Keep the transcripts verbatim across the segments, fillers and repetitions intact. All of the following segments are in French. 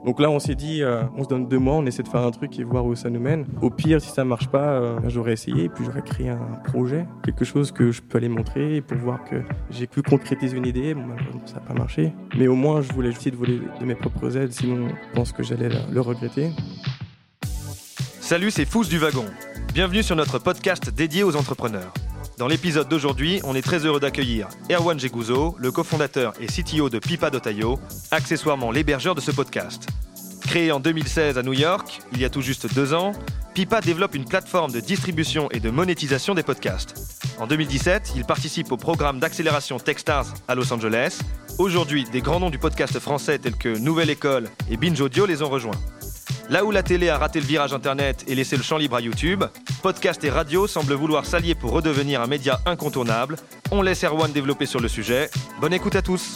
Donc là, on s'est dit, euh, on se donne deux mois, on essaie de faire un truc et voir où ça nous mène. Au pire, si ça marche pas, euh, j'aurais essayé, puis j'aurais créé un projet, quelque chose que je peux aller montrer pour voir que j'ai pu concrétiser une idée. Bon, malheureusement, ça n'a pas marché. Mais au moins, je voulais essayer de voler de mes propres ailes, sinon je pense que j'allais le regretter. Salut, c'est Fous du Wagon. Bienvenue sur notre podcast dédié aux entrepreneurs. Dans l'épisode d'aujourd'hui, on est très heureux d'accueillir Erwan Jeguzo, le cofondateur et C T O de Pipa point io, accessoirement l'hébergeur de ce podcast. Créé en deux mille seize à New York, il y a tout juste deux ans, Pipa développe une plateforme de distribution et de monétisation des podcasts. En deux mille dix-sept, il participe au programme d'accélération Techstars à Los Angeles. Aujourd'hui, des grands noms du podcast français tels que Nouvelle École et Binge Audio les ont rejoints. Là où la télé a raté le virage Internet et laissé le champ libre à YouTube, podcast et radio semblent vouloir s'allier pour redevenir un média incontournable. On laisse Erwan développer sur le sujet. Bonne écoute à tous.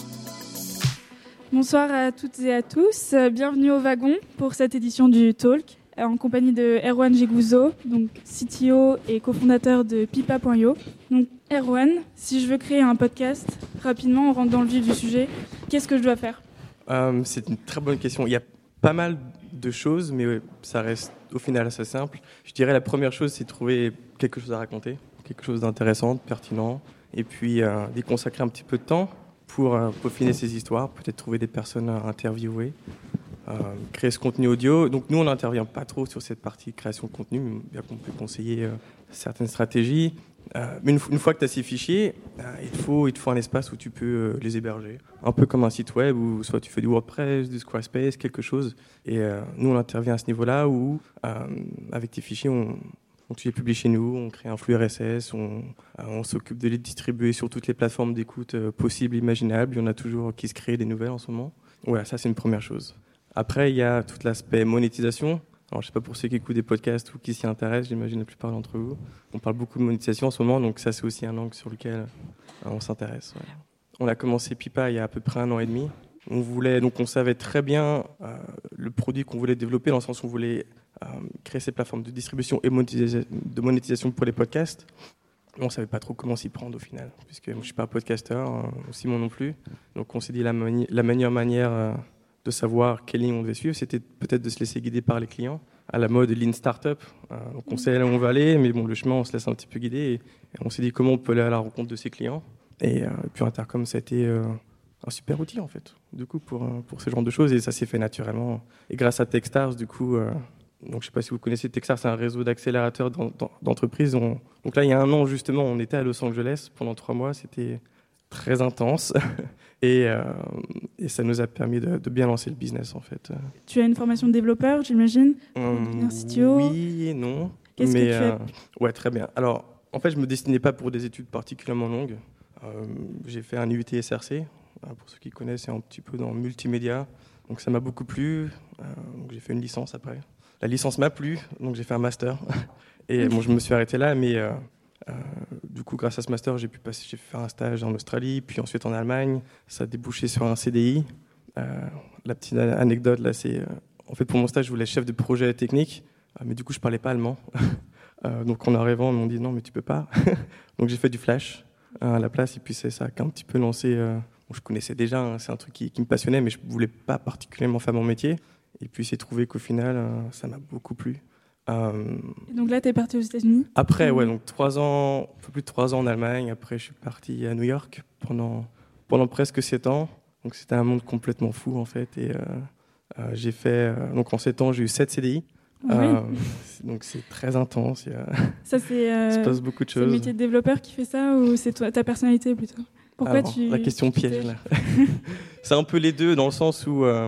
Bonsoir à toutes et à tous. Bienvenue au Wagon pour cette édition du Talk, en compagnie de Erwan Jeguzo, donc C T O et cofondateur de Pipa point io. Donc Erwan, si je veux créer un podcast, rapidement, on rentre dans le vif du sujet. Qu'est-ce que je dois faire ? euh, C'est une très bonne question. Il y a pas mal de choses, mais ça reste au final assez simple. Je dirais la première chose, c'est de trouver quelque chose à raconter, quelque chose d'intéressant, de pertinent, et puis euh, d'y consacrer un petit peu de temps pour euh, peaufiner ces histoires, peut-être trouver des personnes à interviewer, euh, créer ce contenu audio. Donc nous, on n'intervient pas trop sur cette partie création de contenu, mais bien qu'on peut conseiller euh, certaines stratégies. Euh, mais une, une fois que tu as ces fichiers, euh, il, te faut, il te faut un espace où tu peux euh, les héberger. Un peu comme un site web où soit tu fais du WordPress, du Squarespace, quelque chose. Et euh, nous, on intervient à ce niveau-là où, euh, avec tes fichiers, on, on tu les publie chez nous, on crée un flux R S S, on, euh, on s'occupe de les distribuer sur toutes les plateformes d'écoute euh, possibles, imaginables. Il y en a toujours qui se créent des nouvelles en ce moment. Voilà, ça, c'est une première chose. Après, il y a tout l'aspect monétisation. Alors, je ne sais pas pour ceux qui écoutent des podcasts ou qui s'y intéressent, j'imagine la plupart d'entre vous. On parle beaucoup de monétisation en ce moment, donc ça, c'est aussi un angle sur lequel euh, on s'intéresse. Ouais. On a commencé Pipa il y a à peu près un an et demi. On voulait, donc on savait très bien euh, le produit qu'on voulait développer, dans le sens où on voulait euh, créer ces plateformes de distribution et de monétisation pour les podcasts. On ne savait pas trop comment s'y prendre au final, puisque moi, je ne suis pas un podcasteur, euh, Simon non plus. Donc on s'est dit la, mani- la meilleure manière... Euh, de savoir quelle ligne on devait suivre, c'était peut-être de se laisser guider par les clients, à la mode Lean Startup. Euh, donc on sait là où on va aller, mais bon, le chemin, on se laisse un petit peu guider. Et, et on s'est dit comment on peut aller à la rencontre de ses clients. Et euh, puis Intercom, ça a été euh, un super outil, en fait, du coup, pour, pour ce genre de choses. Et ça s'est fait naturellement. Et grâce à Techstars, du coup, euh, donc, je ne sais pas si vous connaissez Techstars, c'est un réseau d'accélérateurs d'entreprises. On, donc là, il y a un an, justement, on était à Los Angeles pendant trois mois. C'était très intense. Et, euh, et ça nous a permis de, de bien lancer le business, en fait. Tu as une formation de développeur, j'imagine, hum, un C T O. Oui et non. Qu'est-ce mais, que tu euh, fais ? Ouais, très bien. Alors, en fait, je ne me destinais pas pour des études particulièrement longues. Euh, j'ai fait un I U T S R C. Pour ceux qui connaissent, c'est un petit peu dans le multimédia. Donc, ça m'a beaucoup plu. Euh, donc j'ai fait une licence après. La licence m'a plu, donc j'ai fait un master. Et bon, je me suis arrêté là, mais... Euh, Euh, du coup, grâce à ce master, j'ai pu passer, j'ai fait faire un stage en Australie, puis ensuite en Allemagne. Ça a débouché sur un C D I. Euh, la petite anecdote, là, c'est... Euh, en fait, pour mon stage, je voulais être chef de projet technique, euh, mais du coup, je ne parlais pas allemand. euh, donc, en arrivant, ils m'ont dit « Non, mais tu ne peux pas ». Donc, j'ai fait du Flash euh, à la place, et puis c'est ça qui a un petit peu lancé... Euh, bon, je connaissais déjà, hein, c'est un truc qui, qui me passionnait, mais je ne voulais pas particulièrement faire mon métier. Et puis, c'est trouvé qu'au final, euh, ça m'a beaucoup plu. Euh, donc là, tu es parti aux États-Unis ? Après, ouais, donc trois ans, un peu plus de trois ans en Allemagne. Après, je suis parti à New York pendant, pendant presque sept ans. Donc, c'était un monde complètement fou, en fait. Et euh, euh, j'ai fait, euh, donc en sept ans, j'ai eu sept C D I. Oui. Euh, donc, c'est très intense. Il, y a, ça, c'est, euh, il se passe beaucoup de choses. C'est le métier de développeur qui fait ça ou c'est toi, ta personnalité plutôt ? Pourquoi Alors, tu... La question tu piège, là. C'est un peu les deux, dans le sens où euh,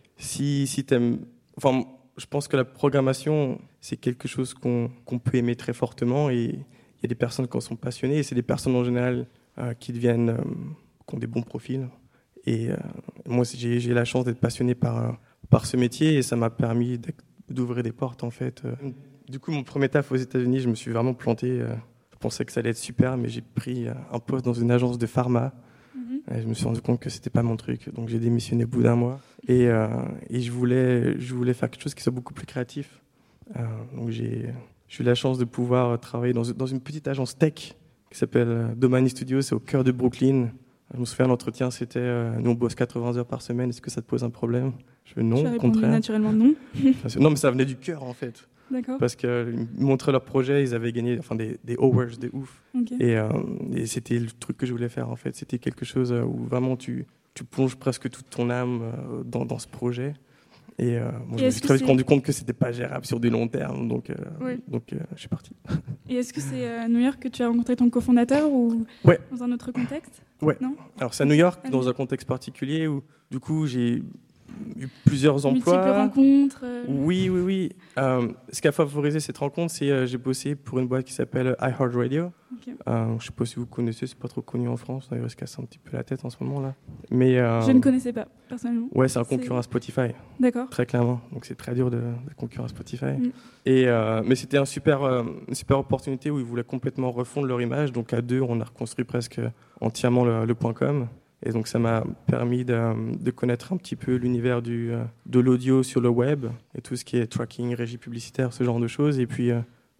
si, si t'aimes... Enfin, je pense que la programmation, c'est quelque chose qu'on, qu'on peut aimer très fortement, et il y a des personnes qui en sont passionnées, et c'est des personnes en général euh, qui deviennent, euh, qui ont des bons profils. Et euh, moi, j'ai, j'ai la chance d'être passionné par, par ce métier, et ça m'a permis d'ouvrir des portes, en fait. Du coup, mon premier taf aux États-Unis, je me suis vraiment planté. Je pensais que ça allait être super, mais j'ai pris un poste dans une agence de pharma. Et je me suis rendu compte que c'était pas mon truc, donc j'ai démissionné au bout d'un mois. Et, euh, et je voulais, je voulais faire quelque chose qui soit beaucoup plus créatif. Euh, donc j'ai, j'ai eu la chance de pouvoir travailler dans, dans une petite agence tech qui s'appelle Domani Studio, c'est au cœur de Brooklyn. Je me souviens, l'entretien, c'était euh, nous, on bosse quatre-vingts heures par semaine, est-ce que ça te pose un problème? Je fais non, Tu as au répondu contraire. naturellement non. Non, mais ça venait du cœur, en fait. D'accord. Parce qu'ils montraient leur projet, ils avaient gagné enfin, des, des awards de ouf. Okay. Et, euh, et c'était le truc que je voulais faire, en fait. C'était quelque chose où vraiment tu, tu plonges presque toute ton âme euh, dans, dans ce projet. Et, euh, moi, et je me suis très vite rendu compte que c'était pas gérable sur du long terme, donc, euh, oui. donc euh, je suis parti. Et est-ce que c'est à New York que tu as rencontré ton cofondateur ou ouais. dans un autre contexte? Ouais. Non. Alors c'est à New York, dans un contexte particulier où du coup j'ai eu plusieurs emplois. Multiples rencontres. Euh... Oui, oui, oui. Euh, ce qui a favorisé cette rencontre, c'est que euh, j'ai bossé pour une boîte qui s'appelle iHeartRadio. Okay. Euh, je ne sais pas si vous connaissez, c'est pas trop connu en France. D'ailleurs, il se casse un petit peu la tête en ce moment là. Mais euh, je ne connaissais pas personnellement. Ouais, c'est un concurrent à Spotify. D'accord. Très clairement. Donc c'est très dur de, de concurrent à Spotify. Mm. Et euh, mais c'était un super, euh, une super opportunité où ils voulaient complètement refondre leur image. Donc à deux, on a reconstruit presque entièrement le, le .com. Et donc ça m'a permis de, de connaître un petit peu l'univers du, de l'audio sur le web et tout ce qui est tracking, régie publicitaire, ce genre de choses. Et puis, euh,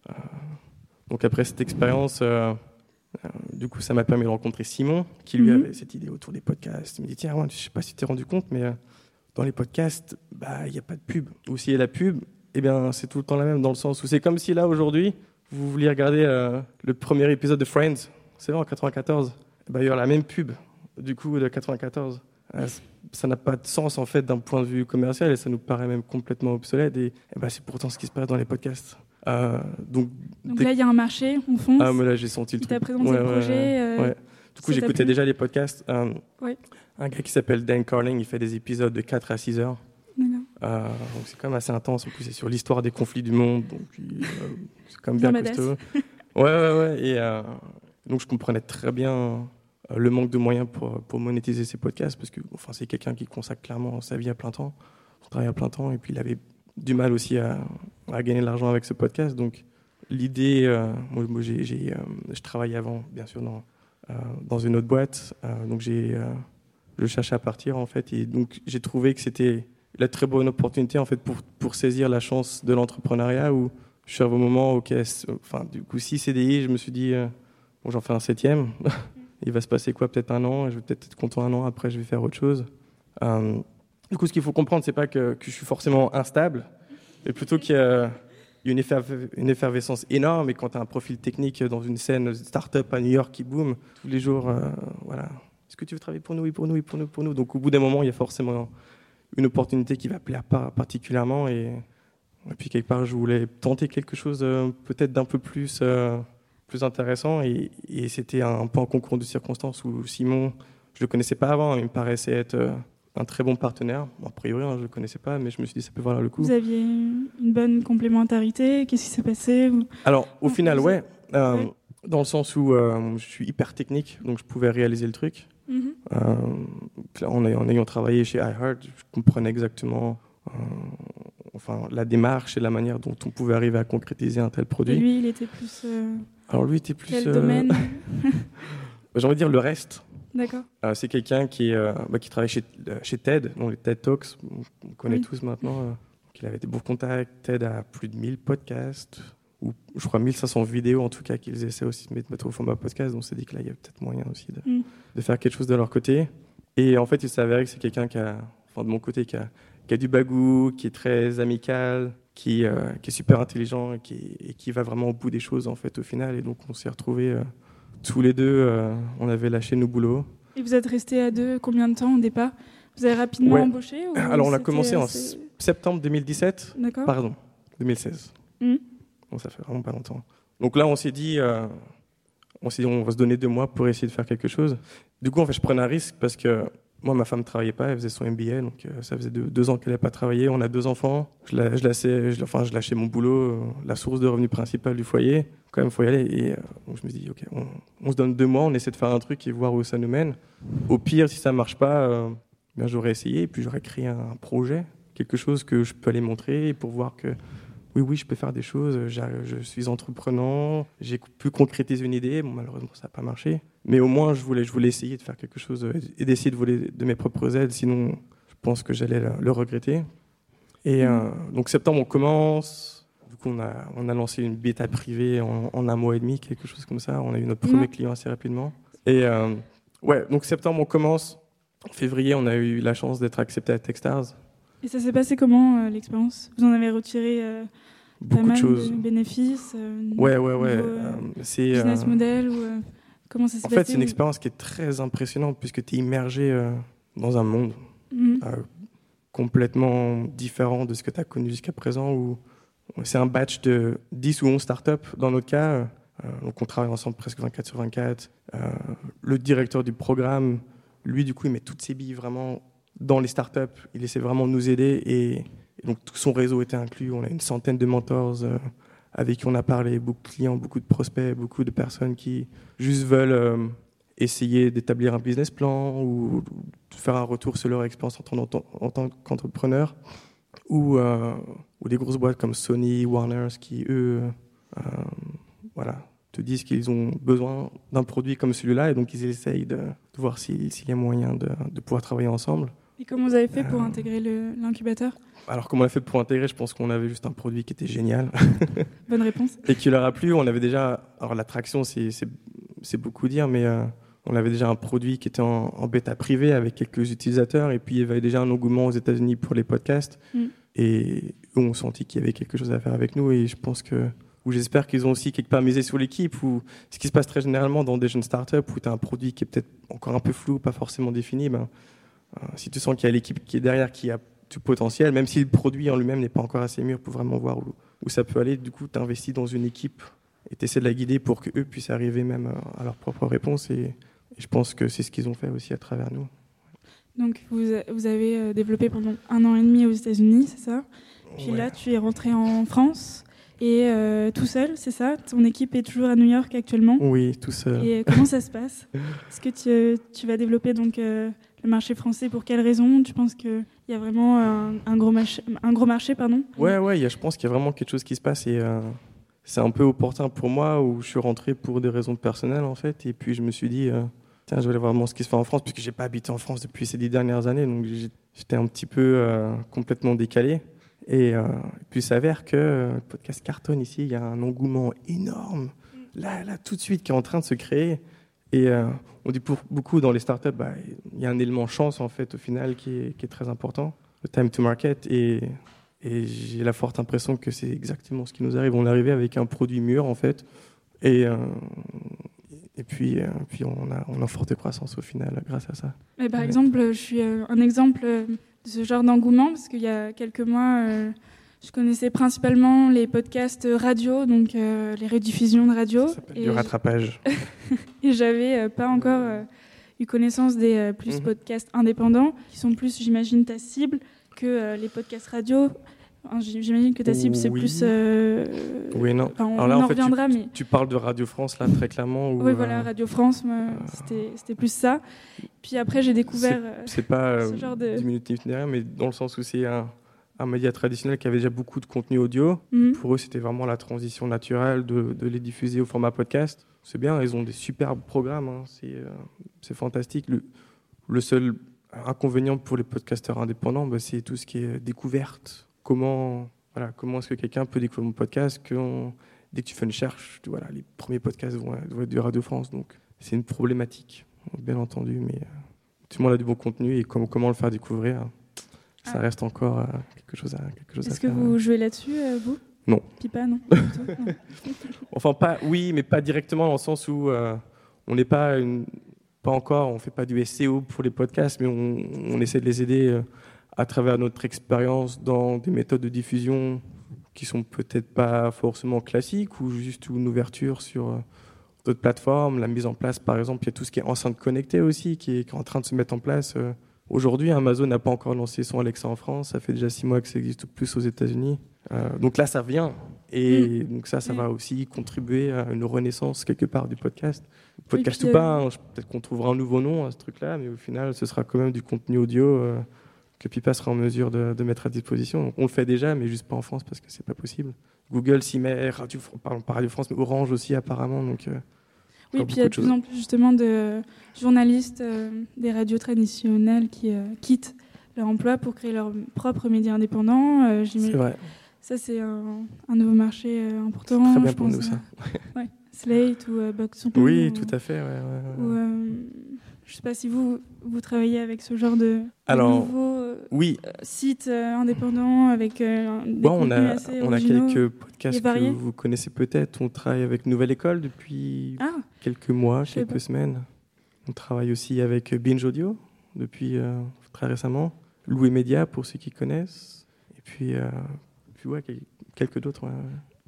donc après cette expérience, euh, euh, du coup, ça m'a permis de rencontrer Simon, qui lui mm-hmm. avait cette idée autour des podcasts. Il me dit, tiens, ouais, je ne sais pas si tu t'es rendu compte, mais euh, dans les podcasts, bah, il n'y a pas de pub. Ou s'il y a la pub, eh bien, c'est tout le temps la même, dans le sens où c'est comme si là, aujourd'hui, vous vouliez regarder euh, le premier épisode de Friends, c'est vrai, en quatre-vingt-quatorze, eh ben, il y aura la même pub. Du coup, de quatre-vingt-quatorze. Euh, ça n'a pas de sens, en fait, d'un point de vue commercial, et ça nous paraît même complètement obsolète. Et, et ben, c'est pourtant ce qui se passe dans les podcasts. Euh, donc donc là, il y a un marché, on fonce. Ah, mais là, j'ai senti le qui truc. t'a présenté ouais, le projet. Ouais, euh, ouais. Du coup, j'écoutais déjà les podcasts. Euh, ouais. Un gars qui s'appelle Dan Carling, il fait des épisodes de quatre à six heures. Euh, donc c'est quand même assez intense. En plus, c'est sur l'histoire des conflits du monde. Donc, euh, c'est quand même bien, bien costaud. Ouais, ouais, ouais. Et euh, donc, je comprenais très bien le manque de moyens pour, pour monétiser ses podcasts, parce que enfin, c'est quelqu'un qui consacre clairement sa vie à plein temps, son travail à plein temps, et puis il avait du mal aussi à, à gagner de l'argent avec ce podcast. Donc l'idée, euh, moi, moi j'ai, j'ai, euh, je travaillais avant, bien sûr, dans, euh, dans une autre boîte, euh, donc j'ai, euh, je cherchais à partir en fait, et donc j'ai trouvé que c'était la très bonne opportunité en fait pour, pour saisir la chance de l'entrepreneuriat, où je suis arrivé au moment, ok, enfin du coup six C D I, je me suis dit, euh, bon, j'en fais un septième. Il va se passer quoi, peut-être un an, et je vais peut-être être content un an, après je vais faire autre chose. Euh, du coup, ce qu'il faut comprendre, c'est pas que, que je suis forcément instable, mais plutôt qu'il y a une, efferv- une effervescence énorme, et quand tu as un profil technique dans une scène start-up à New York qui boom, tous les jours, euh, voilà, est-ce que tu veux travailler pour nous, oui, pour nous, oui, pour nous, pour nous. Donc au bout d'un moment, il y a forcément une opportunité qui va plaire particulièrement, et, et puis quelque part, je voulais tenter quelque chose euh, peut-être d'un peu plus... Euh, plus intéressant, et, et c'était un peu un concours de circonstances où Simon, je le connaissais pas avant, il me paraissait être euh, un très bon partenaire. Bon, a priori, hein, je le connaissais pas, mais je me suis dit ça peut valoir le coup. Vous aviez une bonne complémentarité, qu'est-ce qui s'est passé? Alors, au final, ouais, euh, ouais, dans le sens où euh, je suis hyper technique, donc je pouvais réaliser le truc. Mm-hmm. Euh, en, ayant, en ayant travaillé chez iHeart, je comprenais exactement euh, enfin, la démarche et la manière dont on pouvait arriver à concrétiser un tel produit. Et lui, il était plus... Euh... Alors lui était plus... Quel euh... domaine? J'ai envie de dire le reste. D'accord. Euh, c'est quelqu'un qui, euh, bah, qui travaille chez, euh, chez TED, donc les TED Talks, on connaît oui. tous maintenant. Euh, il avait des beaux contacts. TED a plus de mille podcasts, ou je crois mille cinq cents vidéos en tout cas, qu'ils essaient aussi de mettre au format podcast. Donc on s'est dit que là, il y a peut-être moyen aussi de, mm. de faire quelque chose de leur côté. Et en fait, il s'est avéré que c'est quelqu'un qui a, enfin de mon côté, qui a, qui a du bagou, qui est très amical, qui, euh, qui est super intelligent et qui, et qui va vraiment au bout des choses en fait au final. Et donc on s'est retrouvés euh, tous les deux, euh, on avait lâché nos boulots. Et vous êtes restés à deux combien de temps au départ? Vous avez rapidement ouais. embauché ou Alors on a commencé assez... en septembre deux mille dix-sept. D'accord. Pardon, deux mille seize. Mmh. Bon, ça fait vraiment pas longtemps. Donc là on s'est dit, euh, on s'est dit on va se donner deux mois pour essayer de faire quelque chose. Du coup en fait je prenais un risque parce que moi, ma femme ne travaillait pas, elle faisait son M B A, donc euh, ça faisait deux, deux ans qu'elle n'avait pas travaillé. On a deux enfants, je, la, je, lâchais, je, enfin, je lâchais mon boulot, euh, la source de revenu principal du foyer. Quand même, il faut y aller. Et euh, donc, je me suis dit, OK, on, on se donne deux mois, on essaie de faire un truc et voir où ça nous mène. Au pire, si ça ne marche pas, euh, bien, j'aurais essayé et puis j'aurais créé un, un projet, quelque chose que je peux aller montrer pour voir que oui, oui, je peux faire des choses, je suis entreprenant, j'ai pu concrétiser une idée, bon, malheureusement ça n'a pas marché, mais au moins je voulais, je voulais essayer de faire quelque chose et d'essayer de voler de mes propres ailes, sinon je pense que j'allais le, le regretter. Et mmh. euh, donc septembre on commence, du coup on a, on a lancé une bêta privée en, en un mois et demi, quelque chose comme ça, on a eu notre premier mmh. client assez rapidement. Et euh, Ouais, donc septembre, on commence. En février, on a eu la chance d'être accepté à Techstars. Et ça s'est passé comment, euh, l'expérience? Vous en avez retiré euh, pas Beaucoup mal de choses. de bénéfices euh, Ouais, ouais, ouais. niveau, Euh, euh, c'est, business euh, model ou, euh, comment ça s'est En passé fait, c'est une ou- expérience qui est très impressionnante puisque tu es immergé euh, dans un monde Mhm. euh, complètement différent de ce que tu as connu jusqu'à présent. Où c'est un batch de dix ou onze startups dans notre cas. Euh, donc on travaille ensemble presque vingt-quatre sur vingt-quatre. Euh, le directeur du programme, lui, du coup, il met toutes ses billes vraiment dans les startups. Il essaie vraiment de nous aider. Et, et donc tout son réseau était inclus. On a une centaine de mentors euh, avec qui on a parlé, beaucoup de clients, beaucoup de prospects, beaucoup de personnes qui juste veulent euh, essayer d'établir un business plan ou de faire un retour sur leur expérience en tant, en tant, en tant qu'entrepreneur. Ou, euh, ou des grosses boîtes comme Sony, Warner, qui, eux, euh, voilà, te disent qu'ils ont besoin d'un produit comme celui-là et donc ils essayent de, de voir s'il, s'il y a moyen de, de pouvoir travailler ensemble. Et comment vous avez fait pour Euh, intégrer le- l'incubateur? Alors, comment on a fait pour intégrer? Je pense qu'on avait juste un produit qui était génial Bonne réponse. et qui leur a plu. On avait déjà, alors l'attraction, c'est, c'est, c'est beaucoup dire, mais euh, on avait déjà un produit qui était en, en bêta privée avec quelques utilisateurs et puis il y avait déjà un engouement aux États-Unis pour les podcasts. Mm. Et eux ont senti qu'il y avait quelque chose à faire avec nous et je pense que, ou j'espère qu'ils ont aussi quelque part misé sur l'équipe, ou ce qui se passe très généralement dans des jeunes startups où tu as un produit qui est peut-être encore un peu flou, pas forcément défini, ben, euh, si tu sens qu'il y a l'équipe qui est derrière, qui a tout potentiel, même si le produit en lui-même n'est pas encore assez mûr pour vraiment voir où, où ça peut aller, du coup tu investis dans une équipe et tu essaies de la guider pour qu'eux puissent arriver même à leur propre réponse et, et je pense que c'est ce qu'ils ont fait aussi à travers nous. Donc vous, vous avez euh, développé pendant un an et demi aux États-Unis, c'est ça? Puis Ouais. là, tu es rentré en France et euh, tout seul, c'est ça? Ton équipe est toujours à New York actuellement? Oui, tout seul. Et comment ça se passe? Est-ce que tu, tu vas développer donc, euh, le marché français? Pour quelles raisons? Tu penses qu'il y a vraiment un, un, gros, marché, un gros marché pardon? Ouais, ouais, il y a, je pense qu'il y a vraiment quelque chose qui se passe et euh, c'est un peu opportun pour moi où je suis rentré pour des raisons personnelles en fait et puis je me suis dit euh, tiens, je vais aller voir vraiment ce qui se fait en France puisque j'ai pas habité en France depuis ces dix dernières années donc j'étais un petit peu euh, complètement décalé et, euh, et puis il s'avère que euh, le podcast cartonne ici, il y a un engouement énorme là, là tout de suite qui est en train de se créer et euh, on dit pour beaucoup dans les startups bah, il y a un élément chance en fait au final qui est, qui est très important, le time to market et Et j'ai la forte impression que c'est exactement ce qui nous arrive. On est arrivé avec un produit mûr, en fait. Et, euh, et puis, euh, puis on, a, on a forte croissance au final grâce à ça. Et par Ouais. exemple, je suis euh, un exemple euh, de ce genre d'engouement parce qu'il y a quelques mois, euh, je connaissais principalement les podcasts radio, donc euh, les rediffusions de radio. Ça s'appelle Et du rattrapage. Et j'avais euh, pas encore euh, eu connaissance des euh, plus Mhm. podcasts indépendants, qui sont plus, j'imagine, ta cible que euh, les podcasts radio. Enfin, j- j'imagine que ta cible, c'est Oui. plus... euh, Oui, non. enfin, on Alors là, on en en fait, tu- reviendra, mais... Tu parles de Radio France, là, très clairement. Où, Oui, euh, voilà, Radio France, moi, c'était, c'était plus ça. Puis après, j'ai découvert... euh, C'est pas euh, ce genre de- dix minutes derrière, mais dans le sens où c'est un, un média traditionnel qui avait déjà beaucoup de contenu audio. mhm. Pour eux, c'était vraiment la transition naturelle de, de les diffuser au format podcast. C'est bien, ils ont des superbes programmes, hein. c'est, euh, c'est fantastique. Le, le seul inconvénient pour les podcasteurs indépendants, bah, c'est tout ce qui est découverte. Comment, voilà, comment est-ce que quelqu'un peut découvrir mon podcast que on- dès que tu fais une recherche, tu- voilà, les premiers podcasts vont, vont être de Radio France. Donc, c'est une problématique, bien entendu, mais euh, tout le monde a du bon contenu et com- comment le faire découvrir, ça Ah. reste encore euh, quelque chose à, quelque chose à Est-ce que faire. vous jouez là-dessus, euh, vous? Non. Pipa, non, pas du tout, non. Enfin, pas, oui, mais pas directement dans le sens où euh, on n'est pas, une, pas encore, on fait pas du S E O pour les podcasts, mais on, on essaie de les aider euh, à travers notre expérience dans des méthodes de diffusion qui sont peut-être pas forcément classiques ou juste une ouverture sur euh, d'autres plateformes, la mise en place, par exemple, il y a tout ce qui est enceinte connectée aussi qui est, qui est en train de se mettre en place. Euh, aujourd'hui, Amazon n'a pas encore lancé son Alexa en France, ça fait déjà six mois que ça existe plus aux États-Unis. Euh, donc là, ça vient. Et mmh. donc ça, ça mmh. va aussi contribuer à une renaissance quelque part du podcast. Podcast puis, ou pas, hein, peut-être qu'on trouvera un nouveau nom à ce truc-là, mais au final, ce sera quand même du contenu audio euh, que Pipa sera en mesure de, de mettre à disposition. Donc on le fait déjà, mais juste pas en France parce que c'est pas possible. Google s'y met, Radio, pardon, pas Radio France, mais Orange aussi apparemment. Donc, euh, oui, puis il y a de plus en plus justement de journalistes euh, des radios traditionnelles qui euh, quittent leur emploi pour créer leur propre média indépendant. Euh, c'est vrai. Ça, c'est un, un nouveau marché euh, important. C'est très bien je pour pense, nous, ça. Euh, ouais. Slate ou euh, Boxon. Oui, ou, tout à fait. Ouais, ouais, ouais. Ou, euh, Je ne sais pas si vous, vous travaillez avec ce genre de, Alors, de nouveaux euh, oui. sites euh, indépendants avec euh, des Bon, on contenus a, assez on a originaux quelques podcasts et variés. que vous connaissez peut-être. On travaille avec Nouvelle École depuis Ah, quelques mois, je sais quelques pas. semaines. On travaille aussi avec Binge Audio depuis euh, très récemment. Louis Média pour ceux qui connaissent. Et puis, euh, puis ouais, quelques d'autres. Ouais.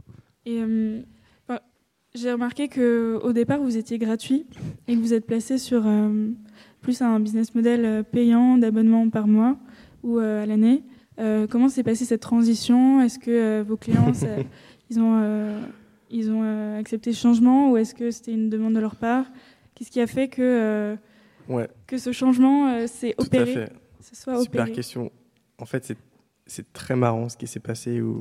Et euh, enfin, j'ai remarqué qu'au départ, vous étiez gratuit et que vous êtes placé sur euh, plus un business model payant d'abonnement par mois ou euh, à l'année. Euh, comment s'est passée cette transition ? Est-ce que euh, vos clients, ça, ils ont, euh, ils ont euh, accepté ce changement ou est-ce que c'était une demande de leur part ? Qu'est-ce qui a fait que, euh, Ouais. que ce changement euh, s'est Tout opéré ? à fait. Ce soit Super opéré. question. En fait, c'est, c'est très marrant ce qui s'est passé. Où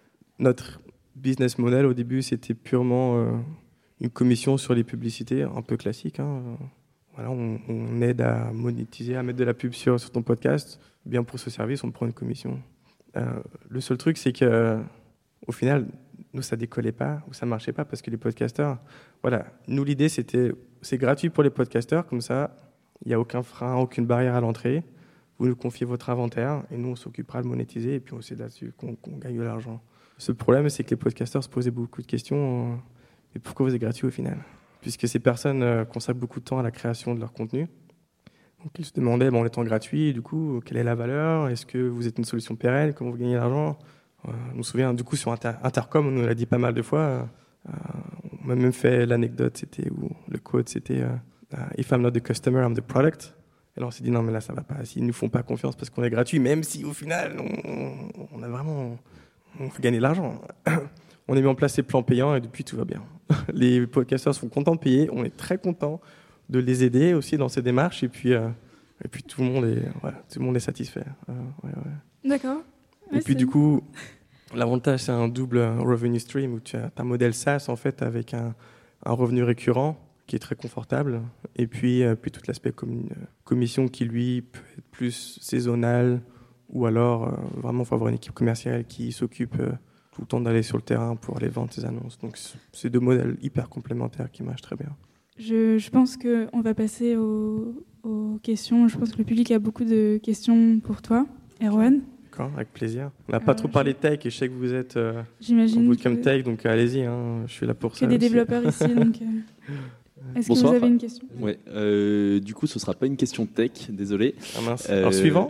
notre business model, au début, c'était purement euh, une commission sur les publicités, un peu classique. Hein. Voilà, on, on aide à monétiser, à mettre de la pub sur, sur ton podcast. Bien pour ce service, on prend une commission. Euh, le seul truc, c'est que, euh, au final, nous, ça décollait pas ou ça marchait pas parce que les podcasteurs, voilà, nous, l'idée, c'était, c'est gratuit pour les podcasteurs, comme ça, il n'y a aucun frein, aucune barrière à l'entrée. Vous nous confiez votre inventaire et nous, on s'occupera de monétiser et puis on sait là-dessus qu'on, qu'on gagne de l'argent. Ce problème, c'est que les podcasteurs se posaient beaucoup de questions. Euh, et pourquoi vous êtes gratuit au final ? Puisque ces personnes euh, consacrent beaucoup de temps à la création de leur contenu. Donc ils se demandaient, bon, en étant gratuit, du coup, quelle est la valeur ? Est-ce que vous êtes une solution pérenne ? Comment vous gagnez l'argent ? euh, Je me souviens, du coup, sur Inter- Intercom, on nous l'a dit pas mal de fois. Euh, on m'a même fait l'anecdote, c'était où le quote, c'était euh, « If I'm not the customer, I'm the product ». Et là, on s'est dit, non, mais là, ça va pas. S'ils ne nous font pas confiance parce qu'on est gratuit, même si, au final, on, on a vraiment... On fait gagner de l'argent. On a mis en place ces plans payants et depuis, tout va bien. Les podcasteurs sont contents de payer. On est très contents de les aider aussi dans ces démarches. Et puis, euh, et puis tout, le monde est, voilà, tout le monde est satisfait. Euh, ouais, ouais. D'accord. Et Ouais, puis, c'est... du coup, l'avantage, c'est un double revenue stream où tu as un modèle SaaS, en fait, avec un, un revenu récurrent qui est très confortable. Et puis, euh, puis tout l'aspect com- commission qui, lui, peut être plus saisonnal. Ou alors, euh, vraiment, il faut avoir une équipe commerciale qui s'occupe euh, tout le temps d'aller sur le terrain pour aller vendre ses annonces. Donc, c'est deux modèles hyper complémentaires qui marchent très bien. Je, je pense qu'on va passer aux, aux questions. Je pense que le public a beaucoup de questions pour toi, Erwan. D'accord, avec plaisir. On n'a pas Euh, trop parlé de tech et je sais que vous êtes euh, J'imagine en bootcamp que, tech, donc allez-y, hein, je suis là pour que ça. des aussi. développeurs ici. Donc, euh, est-ce Bonsoir. que vous avez une question ? Ouais, euh, du coup, ce ne sera pas une question tech, désolé. Ah mince. Euh, Alors, suivant.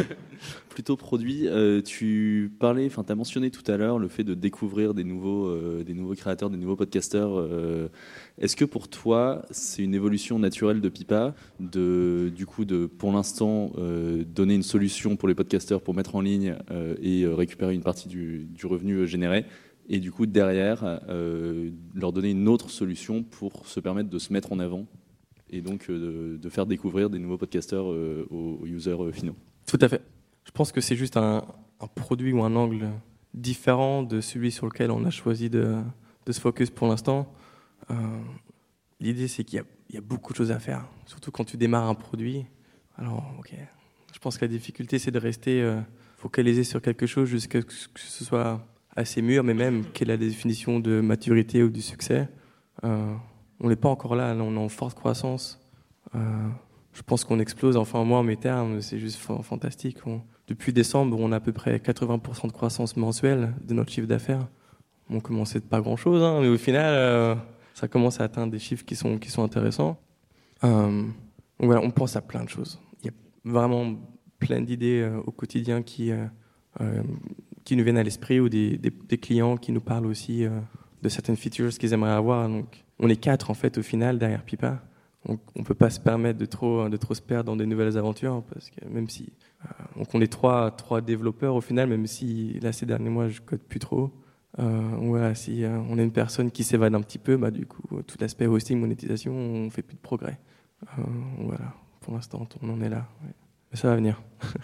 Plutôt produit. Euh, tu parlais, enfin, tu as mentionné tout à l'heure le fait de découvrir des nouveaux, euh, des nouveaux créateurs, des nouveaux podcasteurs. Euh, est-ce que pour toi, c'est une évolution naturelle de Pipa, de, du coup, de, pour l'instant, euh, donner une solution pour les podcasteurs pour mettre en ligne euh, et euh, récupérer une partie du, du revenu généré, et du coup, derrière, euh, leur donner une autre solution pour se permettre de se mettre en avant et donc euh, de, de faire découvrir des nouveaux podcasteurs euh, aux, aux users euh, finaux? Tout à fait. Je pense que c'est juste un, un produit ou un angle différent de celui sur lequel on a choisi de, de se focus pour l'instant. Euh, l'idée, c'est qu'il y a, il y a beaucoup de choses à faire, surtout quand tu démarres un produit. Alors, ok, je pense que la difficulté, c'est de rester euh, focalisé sur quelque chose jusqu'à ce que ce soit assez mûr, mais même quelle est la définition de maturité ou du succès. Euh, on n'est pas encore là, là, on est en forte croissance. Euh, je pense qu'on explose, enfin moi en mes termes, c'est juste fa- fantastique. On, depuis décembre, on a à peu près quatre-vingts pour cent de croissance mensuelle de notre chiffre d'affaires. On commençait de pas grand-chose, hein, mais au final, euh, ça commence à atteindre des chiffres qui sont, qui sont intéressants. Euh, donc voilà, on pense à plein de choses. Il y a vraiment plein d'idées euh, au quotidien qui, euh, euh, qui nous viennent à l'esprit, ou des, des, des clients qui nous parlent aussi euh, de certaines features qu'ils aimeraient avoir. Donc, on est quatre en fait au final derrière Pipa. On ne peut pas se permettre de trop, de trop se perdre dans des nouvelles aventures, parce que même si euh, donc on est trois, trois développeurs au final, même si là ces derniers mois je code plus trop. Euh, voilà, si euh, on a une personne qui s'évade un petit peu, bah du coup tout l'aspect hosting, monétisation, on fait plus de progrès. Euh, voilà, pour l'instant on en est là, ouais. Mais ça va venir.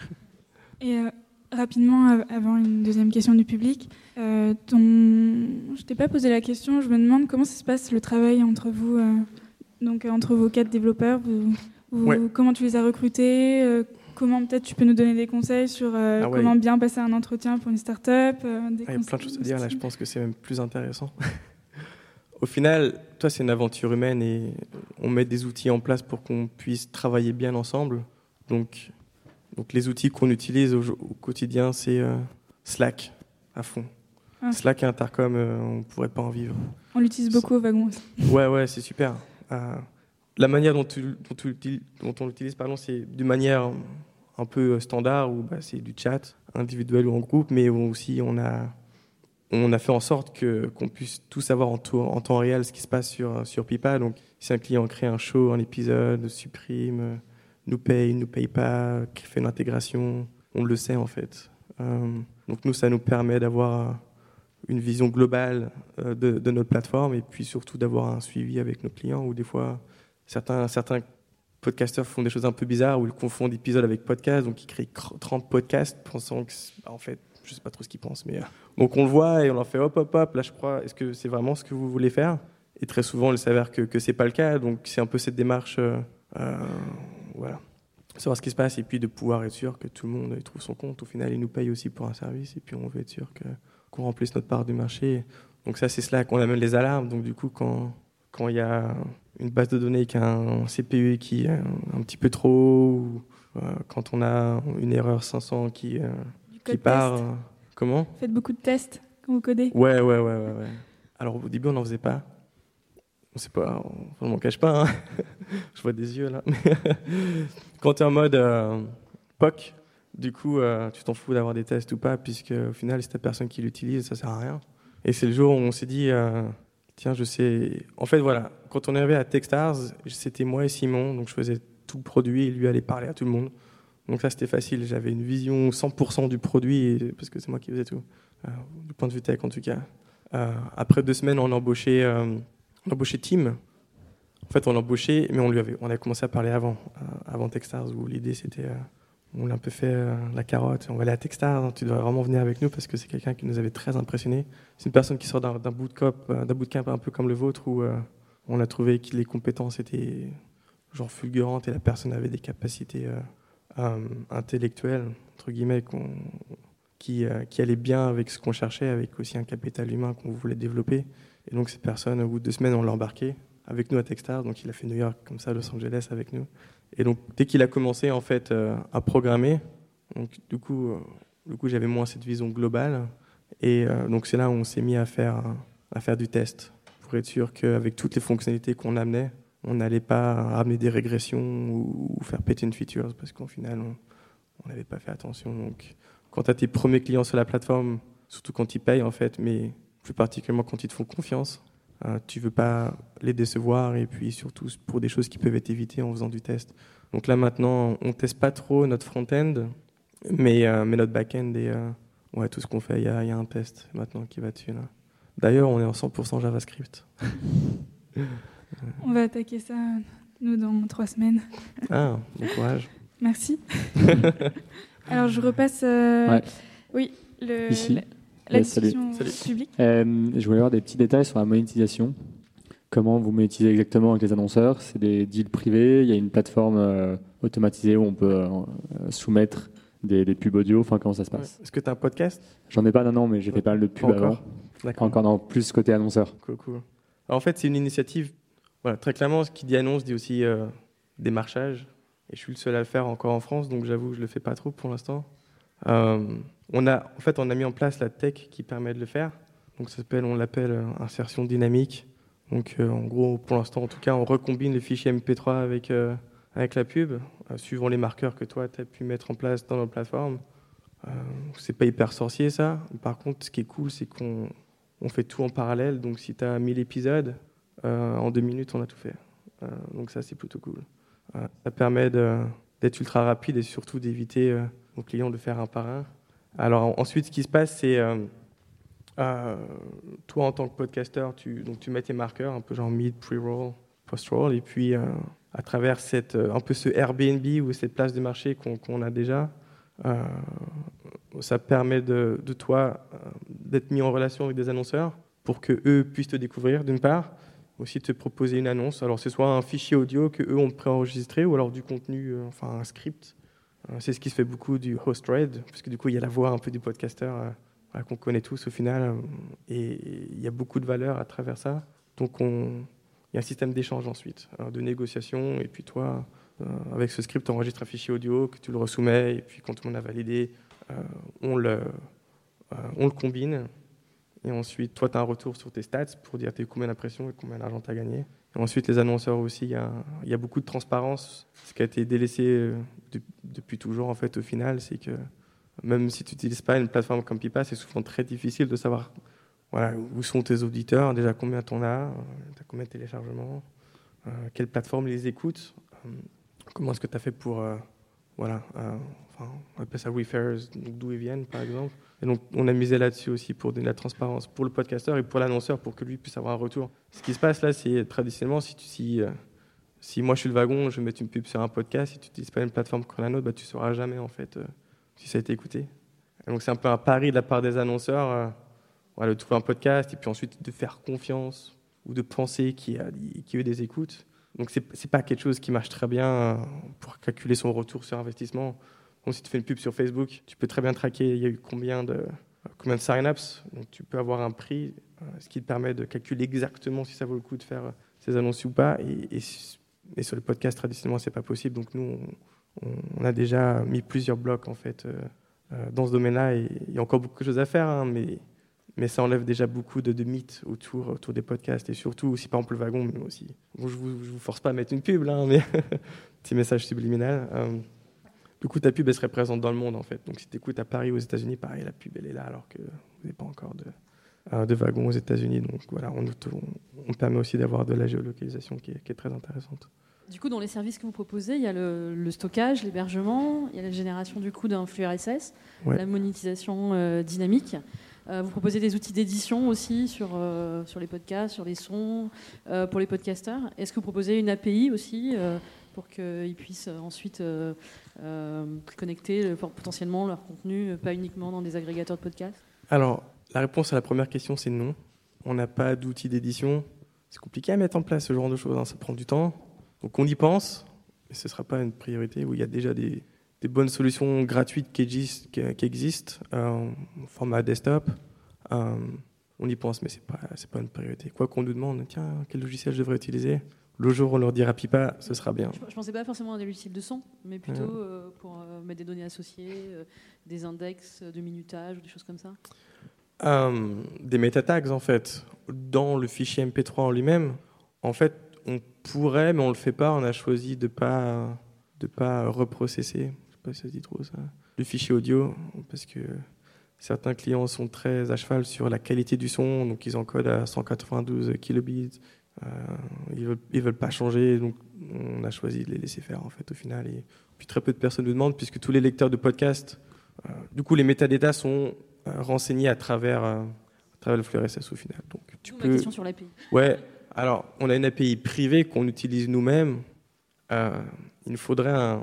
Et euh, rapidement, av- avant une deuxième question du public, euh, ton... je t'ai pas posé la question. Je me demande comment ça se passe le travail entre vous. Euh... Donc entre vos quatre développeurs, vous, vous, Ouais. comment tu les as recrutés, euh, comment peut-être tu peux nous donner des conseils sur euh, Ah ouais. comment bien passer un entretien pour une start-up. Euh, des Ah, il y a conseils plein de choses à dire là, je pense que c'est même plus intéressant. Au final, toi, c'est une aventure humaine et on met des outils en place pour qu'on puisse travailler bien ensemble. Donc, donc les outils qu'on utilise au, au quotidien, c'est euh, Slack à fond. Ah. Slack et Intercom, euh, on ne pourrait pas en vivre. On l'utilise beaucoup au wagon aussi. Ouais, ouais, c'est super. Euh, la manière dont, tu, dont, tu, dont on l'utilise, pardon, c'est d'une manière un peu standard où bah, c'est du chat individuel ou en groupe, mais aussi on a, on a fait en sorte que, qu'on puisse tout savoir en, tour, en temps réel ce qui se passe sur, sur Pipa. Donc, si un client crée un show, un épisode, supprime, nous paye, nous paye pas, fait une intégration, on le sait en fait. Euh, donc nous, ça nous permet d'avoir une vision globale de, de notre plateforme et puis surtout d'avoir un suivi avec nos clients où des fois, certains, certains podcasteurs font des choses un peu bizarres où ils confondent épisode avec podcast, donc ils créent trente podcasts pensant que, en fait, je sais pas trop ce qu'ils pensent, mais donc on le voit et on leur fait hop, hop, hop, là je crois, est-ce que c'est vraiment ce que vous voulez faire ? Et très souvent, il s'avère que, que c'est pas le cas, donc c'est un peu cette démarche, euh, euh, voilà, savoir ce qui se passe et puis de pouvoir être sûr que tout le monde trouve son compte. Au final, ils nous payent aussi pour un service et puis on veut être sûr que, qu'on remplisse notre part du marché. Donc ça, c'est cela qu'on amène les alarmes. Donc du coup, quand quand il y a une base de données qui a un C P U qui est un, un petit peu trop, ou euh, quand on a une erreur cinq cents qui euh, qui part, euh, comment ? Faites beaucoup de tests quand vous codez ? Ouais, ouais, ouais, ouais, ouais. Alors au début, on n'en faisait pas. On sait pas, on ne m'en cache pas. Hein. Je vois des yeux là. Quand tu es en mode euh, P O C, du coup, euh, tu t'en fous d'avoir des tests ou pas, puisque au final, si t'as personne qui l'utilise, ça sert à rien. Et c'est le jour où on s'est dit, euh, tiens, je sais. En fait, voilà, quand on est arrivé à Techstars, c'était moi et Simon, donc je faisais tout le produit et lui allait parler à tout le monde. Donc ça, c'était facile. J'avais une vision cent pour cent du produit, et, parce que c'est moi qui faisais tout, euh, du point de vue tech en tout cas. Euh, après deux semaines, on embauchait. Euh, On embauchait Tim. En fait, on l'embauchait, mais on lui avait, on avait commencé à parler avant, euh, avant Techstars, où l'idée c'était, euh, on l'a un peu fait euh, la carotte. On va aller à Techstars, hein, tu dois vraiment venir avec nous parce que c'est quelqu'un qui nous avait très impressionnés. C'est une personne qui sort d'un, d'un bootcamp, euh, d'un bootcamp un peu comme le vôtre, où euh, on a trouvé que les compétences étaient genre fulgurantes et la personne avait des capacités euh, euh, intellectuelles entre guillemets qu'on, qui, euh, qui allaient bien avec ce qu'on cherchait, avec aussi un capital humain qu'on voulait développer. Et donc cette personne, au bout de deux semaines, on l'a embarqué avec nous à Techstars. Donc il a fait New York, comme ça, Los Angeles avec nous. Et donc dès qu'il a commencé en fait euh, à programmer, donc du coup, euh, du coup j'avais moins cette vision globale. Et euh, donc c'est là où on s'est mis à faire à faire du test pour être sûr qu'avec toutes les fonctionnalités qu'on amenait, on n'allait pas ramener des régressions ou, ou faire péter une feature parce qu'au final on n'avait pas fait attention. Donc quand tu as tes premiers clients sur la plateforme, surtout quand ils payent en fait, mais plus particulièrement quand ils te font confiance, euh, tu ne veux pas les décevoir et puis surtout pour des choses qui peuvent être évitées en faisant du test. Donc là maintenant, on ne teste pas trop notre front-end, mais, euh, mais notre back-end et euh, ouais, tout ce qu'on fait, il y, y a un test maintenant qui va dessus. Là. D'ailleurs, on est en cent pour cent JavaScript. On va attaquer ça, nous, dans trois semaines. Ah, bon courage. Merci. Alors, je repasse... Euh... Ouais. Oui, le... Ici. La... La Ouais, discussion salut. publique. Euh, je voulais avoir des petits détails sur la monétisation. Comment vous monétisez exactement avec les annonceurs ? C'est des deals privés, il y a une plateforme euh, automatisée où on peut euh, soumettre des, des pubs audio. Enfin, comment ça se passe ? Ouais. Est-ce que tu as un podcast ? J'en ai pas, non, non, mais j'ai fait pas mal de pubs Encore. avant. D'accord. Encore non, plus côté annonceur. Cool, cool. Alors, en fait, c'est une initiative. Voilà, très clairement, ce qui dit annonce dit aussi euh, démarchage. Et je suis le seul à le faire encore en France, donc j'avoue que je le fais pas trop pour l'instant. Euh, on a, en fait, on a mis en place la tech qui permet de le faire. Donc, ça s'appelle, on l'appelle euh, insertion dynamique. Donc, euh, en gros, pour l'instant, en tout cas, on recombine les fichiers M P trois avec, euh, avec la pub, euh, suivant les marqueurs que toi, tu as pu mettre en place dans notre plateforme. Euh, c'est pas hyper sorcier, ça. Par contre, ce qui est cool, c'est qu'on on fait tout en parallèle. Donc, si tu as mille épisodes, euh, en deux minutes, on a tout fait. Euh, donc, ça, c'est plutôt cool. Euh, ça permet de, d'être ultra rapide et surtout d'éviter euh, aux clients de faire un par un. Alors ensuite, ce qui se passe, c'est euh, euh, toi en tant que podcasteur, tu, donc tu mets tes marqueurs, un peu genre mid, pre-roll, post-roll, et puis euh, à travers cette, un peu ce Airbnb ou cette place de marché qu'on, qu'on a déjà, euh, ça permet de, de toi euh, d'être mis en relation avec des annonceurs pour que eux puissent te découvrir d'une part, aussi te proposer une annonce. Alors c'est soit un fichier audio que eux ont préenregistré ou alors du contenu, euh, enfin un script. C'est ce qui se fait beaucoup du host read, parce que du coup, il y a la voix un peu du podcasteur euh, qu'on connaît tous au final, euh, et il y a beaucoup de valeur à travers ça. Donc on, il y a un système d'échange ensuite, hein, de négociation, et puis toi, euh, avec ce script, tu enregistres un fichier audio, que tu le resoumets, et puis quand tout le monde a validé, euh, on, le, euh, on le combine. Et ensuite, toi, tu as un retour sur tes stats pour dire combien d'impressions et combien d'argent tu as gagné. Et ensuite, les annonceurs aussi, il y a, il y a beaucoup de transparence. Ce qui a été délaissé de, depuis toujours, en fait, au final, c'est que même si tu n'utilises pas une plateforme comme Pipa, c'est souvent très difficile de savoir voilà, où sont tes auditeurs, déjà combien tu en as, tu as combien de téléchargements, euh, quelle plateforme les écoute, euh, comment est-ce que tu as fait pour... Euh, voilà, euh, enfin, on appelle ça referrers, d'où ils viennent, par exemple. Et donc, on a misé là-dessus aussi pour donner de la transparence pour le podcasteur et pour l'annonceur, pour que lui puisse avoir un retour. Ce qui se passe là, c'est traditionnellement, si, tu, si, euh, si moi je suis le wagon, je vais mettre une pub sur un podcast, si tu n'utilises pas une plateforme comme la nôtre, bah, tu ne sauras jamais en fait euh, si ça a été écouté. Et donc, c'est un peu un pari de la part des annonceurs, euh, voilà, de trouver un podcast et puis ensuite de faire confiance ou de penser qu'il y a, qu'il y a eu des écoutes. Donc, ce n'est pas quelque chose qui marche très bien euh, pour calculer son retour sur investissement. Donc, si tu fais une pub sur Facebook, tu peux très bien traquer il y a eu combien de, combien de sign-ups. Donc, tu peux avoir un prix, euh, ce qui te permet de calculer exactement si ça vaut le coup de faire euh, ces annonces ou pas. Et, et, et sur le podcast, traditionnellement, ce n'est pas possible. Donc, nous, on, on a déjà mis plusieurs blocs en fait, euh, euh, dans ce domaine-là. Et il y a encore beaucoup de choses à faire, hein, mais, mais ça enlève déjà beaucoup de, de mythes autour, autour des podcasts. Et surtout, aussi, par exemple, le wagon, mais aussi. Bon, je ne vous, vous force pas à mettre une pub, là, mais petit message subliminal. Euh, Du coup, ta pub, elle serait présente dans le monde, en fait. Donc, si tu écoutes à Paris, aux États-Unis, pareil, la pub, elle est là, alors que vous n'avez pas encore de, euh, de wagon aux États-Unis. Donc, voilà, on, on, on permet aussi d'avoir de la géolocalisation qui est, qui est très intéressante. Du coup, dans les services que vous proposez, il y a le, le stockage, l'hébergement, il y a la génération du coup d'un flux R S S, ouais. La monétisation euh, dynamique. Euh, vous proposez des outils d'édition aussi sur, euh, sur les podcasts, sur les sons, euh, pour les podcasteurs. Est-ce que vous proposez une A P I aussi euh, pour qu'ils puissent ensuite euh, euh, connecter potentiellement leur contenu, pas uniquement dans des agrégateurs de podcasts? Alors, la réponse à la première question, c'est non. On n'a pas d'outils d'édition. C'est compliqué à mettre en place, ce genre de choses. Hein. Ça prend du temps. Donc, on y pense, mais ce ne sera pas une priorité où il y a déjà des, des bonnes solutions gratuites qui existent, qui, qui existent euh, en format desktop. Euh, on y pense, mais ce n'est pas, c'est pas une priorité. Quoi qu'on nous demande, tiens, quel logiciel je devrais utiliser ? Le jour où on leur dira Pipa, ce sera bien. Je ne pensais pas forcément à des logiciels de son, mais plutôt ouais. euh, pour euh, mettre des données associées, euh, des index de minutage ou des choses comme ça. Euh, des meta-tags, en fait. Dans le fichier M P trois en lui-même, en fait, on pourrait, mais on ne le fait pas. On a choisi de ne pas, de pas reprocesser, je ne sais pas si ça se dit trop ça, le fichier audio, parce que certains clients sont très à cheval sur la qualité du son, donc ils encodent à cent quatre-vingt-douze kilobits. Euh, ils veulent, ils veulent pas changer, donc on a choisi de les laisser faire en fait au final. Et puis très peu de personnes nous demandent, puisque tous les lecteurs de podcasts, euh, du coup les métadatas sont euh, renseignés à travers, euh, à travers le flux R S S au final. Donc tu D'où peux. Ma question sur l'A P I. Ouais. Alors on a une A P I privée qu'on utilise nous-mêmes. Euh, il nous faudrait un,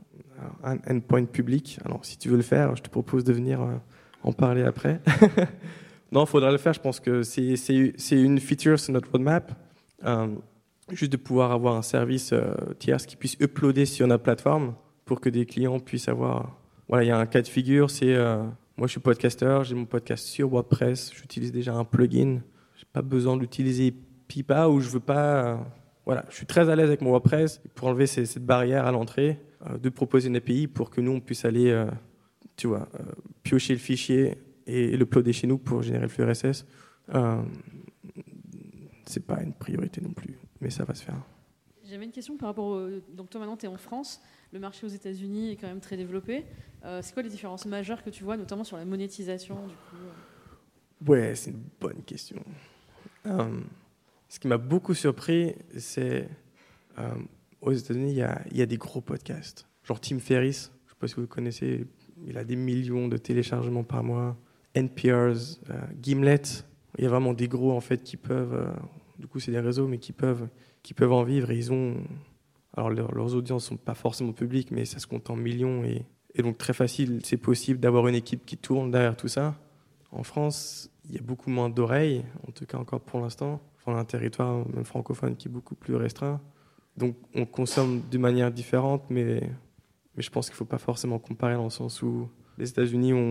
un endpoint public. Alors si tu veux le faire, je te propose de venir euh, en parler après. Non, il faudra le faire. Je pense que c'est, c'est, c'est une feature sur notre roadmap. Euh, juste de pouvoir avoir un service euh, tierce qui puisse uploader sur notre plateforme pour que des clients puissent avoir... Voilà, il y a un cas de figure, c'est... Euh, moi, je suis podcasteur, j'ai mon podcast sur WordPress, j'utilise déjà un plugin. Je n'ai pas besoin d'utiliser Pipa ou je veux pas... Euh, voilà, je suis très à l'aise avec mon WordPress pour enlever ces, cette barrière à l'entrée, euh, de proposer une A P I pour que nous, on puisse aller, euh, tu vois, euh, piocher le fichier et, et l'uploader chez nous pour générer le flux R S S. Euh, c'est pas une priorité non plus, mais ça va se faire. J'avais une question par rapport au... Donc toi maintenant tu es en France, le marché aux États-Unis est quand même très développé. Euh, c'est quoi les différences majeures que tu vois, notamment sur la monétisation du coup ? Ouais, c'est une bonne question. Euh, ce qui m'a beaucoup surpris, c'est euh, aux États-Unis, il y a, il y a des gros podcasts. Genre Tim Ferriss, je sais pas si vous le connaissez, il a des millions de téléchargements par mois. N P R's, euh, Gimlet. Il y a vraiment des gros en fait qui peuvent, euh, du coup c'est des réseaux, mais qui peuvent, qui peuvent en vivre. Et ils ont, alors leur, leurs audiences sont pas forcément publiques, mais ça se compte en millions et, et donc très facile, c'est possible d'avoir une équipe qui tourne derrière tout ça. En France, il y a beaucoup moins d'oreilles, en tout cas encore pour l'instant. Enfin, on a un territoire même francophone qui est beaucoup plus restreint, donc on consomme de manière différente, mais mais je pense qu'il faut pas forcément comparer dans le sens où les États-Unis ont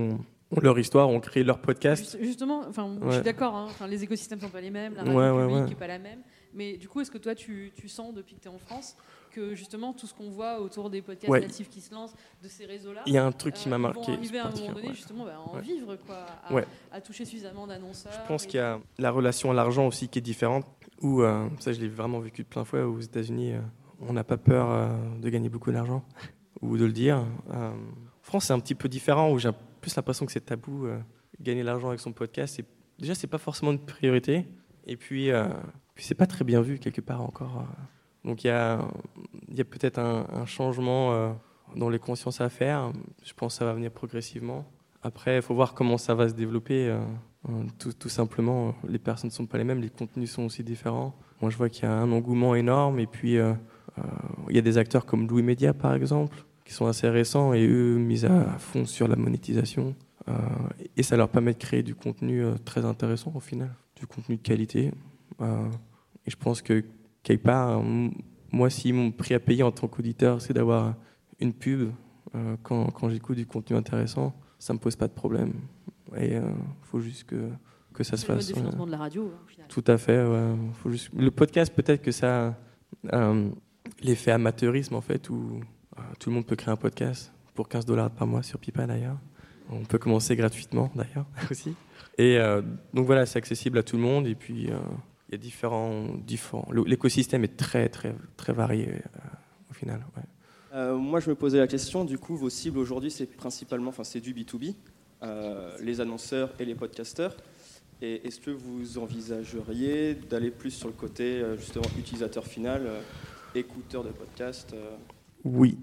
ont leur histoire, ont créé leur podcast. Juste, justement, enfin, Ouais. je suis d'accord, hein, enfin, les écosystèmes sont pas les mêmes, la radio Ouais, ouais, publique ouais. n'est pas la même. Mais du coup, est-ce que toi, tu, tu sens depuis que tu es en France que justement tout ce qu'on voit autour des podcasts Ouais. natifs qui se lancent, de ces réseaux-là, Il y a un truc qui euh, m'a ils marqué. vont arriver à un moment particulièrement, donné ouais. justement bah, à en Ouais. vivre, quoi, à, Ouais. à toucher suffisamment d'annonceurs. Je pense et- qu'il y a la relation à l'argent aussi qui est différente. Où, euh, ça, je l'ai vraiment vécu de plein fouet. Aux États-Unis, euh, on n'a pas peur euh, de gagner beaucoup d'argent ou de le dire. Euh, en France, c'est un petit peu différent où j'ai plus l'impression que c'est tabou. Euh, gagner de l'argent avec son podcast, c'est, déjà, c'est pas forcément une priorité. Et puis, euh, puis c'est pas très bien vu quelque part encore. euh. Donc il y a, il y a peut-être un, un changement euh, dans les consciences à faire. Je pense que ça va venir progressivement. Après, il faut voir comment ça va se développer. euh, euh, tout, tout simplement, les personnes ne sont pas les mêmes, les contenus sont aussi différents. Moi, je vois qu'il y a un engouement énorme. Et puis, euh, euh, il y a des acteurs comme Louis Media, par exemple, qui sont assez récents et eux, mis à, à fond sur la monétisation. Euh, et ça leur permet de créer du contenu euh, très intéressant, au final, du contenu de qualité. Euh, et je pense que, quelque part, m- moi, si mon prix à payer en tant qu'auditeur, c'est d'avoir une pub euh, quand, quand j'écoute du contenu intéressant, ça ne me pose pas de problème. Et il euh, faut juste que, que ça se C'est le mode fasse. de ouais. financement de la radio, hein, au final. Tout à fait. Ouais. Faut juste... Le podcast, peut-être que ça a euh, l'effet amateurisme, en fait, où euh, tout le monde peut créer un podcast pour quinze dollars par mois sur Pipa, d'ailleurs. On peut commencer gratuitement, d'ailleurs, aussi. Et euh, donc voilà, c'est accessible à tout le monde. Et puis, euh, il y a différents... différents... L'écosystème est très, très, très varié, euh, au final. Ouais. Euh, moi, je me posais la question, du coup, vos cibles aujourd'hui, c'est principalement, enfin, c'est du B deux B, euh, les annonceurs et les podcasteurs. Et est-ce que vous envisageriez d'aller plus sur le côté, euh, justement, utilisateur final, euh, écouteur de podcast euh, Oui.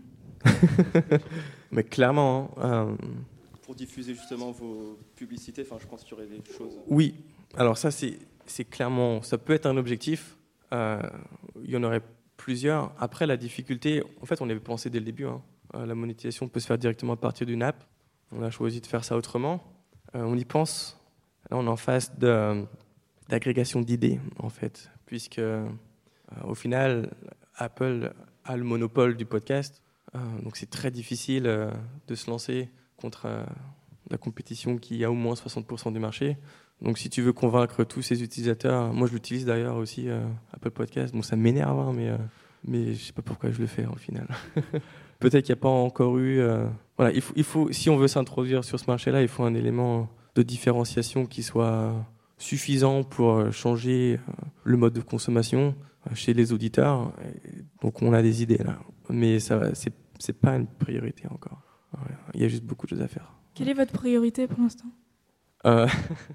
Mais clairement... hein, euh, pour diffuser justement vos publicités, enfin, je pense qu'il y aurait des choses. Oui. Alors ça, c'est, c'est clairement... Ça peut être un objectif. Euh, il y en aurait plusieurs. Après, la difficulté... En fait, on avait pensé dès le début. Hein. Euh, la monétisation peut se faire directement à partir d'une app. On a choisi de faire ça autrement. Euh, on y pense. Là, on est en phase de, d'agrégation d'idées, en fait. Puisque, euh, au final, Apple a le monopole du podcast. Euh, donc, c'est très difficile euh, de se lancer contre euh, la compétition qui a au moins soixante pour cent du marché. Donc, si tu veux convaincre tous ces utilisateurs... Moi, je l'utilise d'ailleurs aussi, euh, Apple Podcast. Bon, ça m'énerve, hein, mais, euh, mais je ne sais pas pourquoi je le fais, au final. Peut-être qu'il n'y a pas encore eu... Euh, voilà, il faut, il faut, si on veut s'introduire sur ce marché-là, il faut un élément de différenciation qui soit suffisant pour changer le mode de consommation chez les auditeurs. Et donc on a des idées là, mais ça, c'est, c'est pas une priorité encore. Il y a juste beaucoup de choses à faire. Quelle est votre priorité pour l'instant ? euh,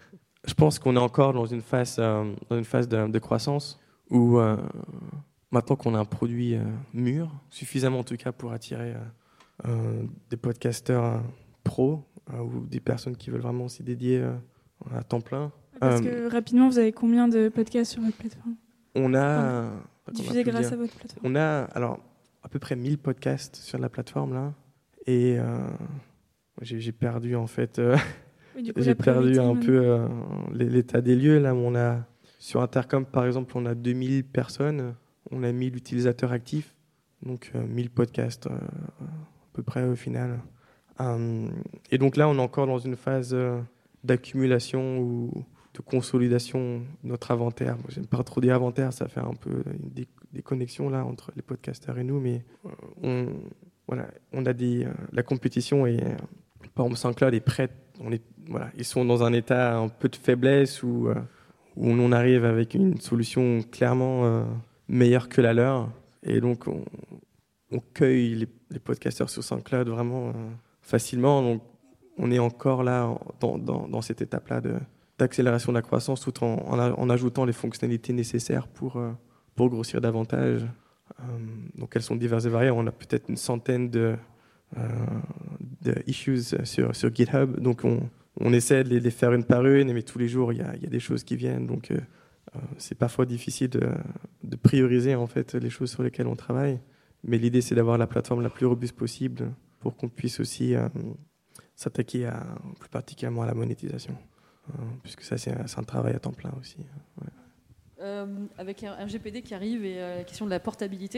Je pense qu'on est encore dans une phase, euh, dans une phase de, de croissance où euh, maintenant qu'on a un produit euh, mûr, suffisamment en tout cas pour attirer euh, euh, des podcasteurs euh, pros euh, ou des personnes qui veulent vraiment s'y dédier euh, à temps plein. Parce Euh, que rapidement, vous avez combien de podcasts sur votre plateforme ? On a, Enfin, on a Diffusés grâce plusieurs. à votre plateforme. On a alors à peu près mille podcasts sur la plateforme là, et euh, j'ai, j'ai perdu en fait, euh, Oui, du coup, j'ai la perdu priorité, un maintenant. peu euh, l'état des lieux là. Où on a sur Intercom par exemple, on a deux mille personnes, on a mille utilisateurs actifs, donc euh, mille podcasts euh, à peu près au final. Euh, et donc là, on est encore dans une phase euh, d'accumulation ou de consolidation de notre inventaire. Moi, j'aime pas trop dire inventaire, ça fait un peu une dé- des connexions là entre les podcasteurs et nous, mais euh, on, voilà, on a des, euh, la compétition et euh, par exemple SoundCloud est prête. On est, voilà, ils sont dans un état un peu de faiblesse où, euh, où on arrive avec une solution clairement euh, meilleure que la leur, et donc on, on cueille les, les podcasteurs sur SoundCloud vraiment euh, facilement. Donc on est encore là dans, dans, dans cette étape-là de, d'accélération de la croissance tout en, en, a, en ajoutant les fonctionnalités nécessaires pour, euh, pour grossir davantage. Euh, donc elles sont diverses et variées. On a peut-être une centaine de, euh, de issues sur, sur GitHub. Donc on, on essaie de les, les faire une par une, mais tous les jours il y a, il y a des choses qui viennent. Donc euh, euh, c'est parfois difficile de, de prioriser en fait les choses sur lesquelles on travaille. Mais l'idée c'est d'avoir la plateforme la plus robuste possible pour qu'on puisse aussi euh, s'attaquer à, plus particulièrement à la monétisation. Euh, puisque ça, c'est un, c'est un travail à temps plein aussi. Ouais. Euh, avec un R G P D qui arrive et euh, la question de la portabilité,